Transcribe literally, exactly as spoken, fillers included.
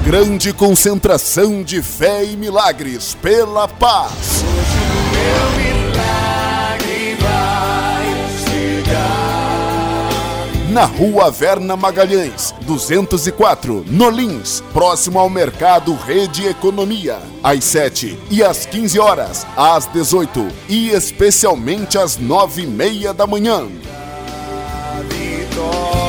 Grande concentração de fé e milagres pela paz. Na Rua Verna Magalhães, duzentos e quatro, no Lins, próximo ao Mercado Rede Economia, às sete e às quinze horas, às dezoito e especialmente às nove e meia da manhã. Vitória.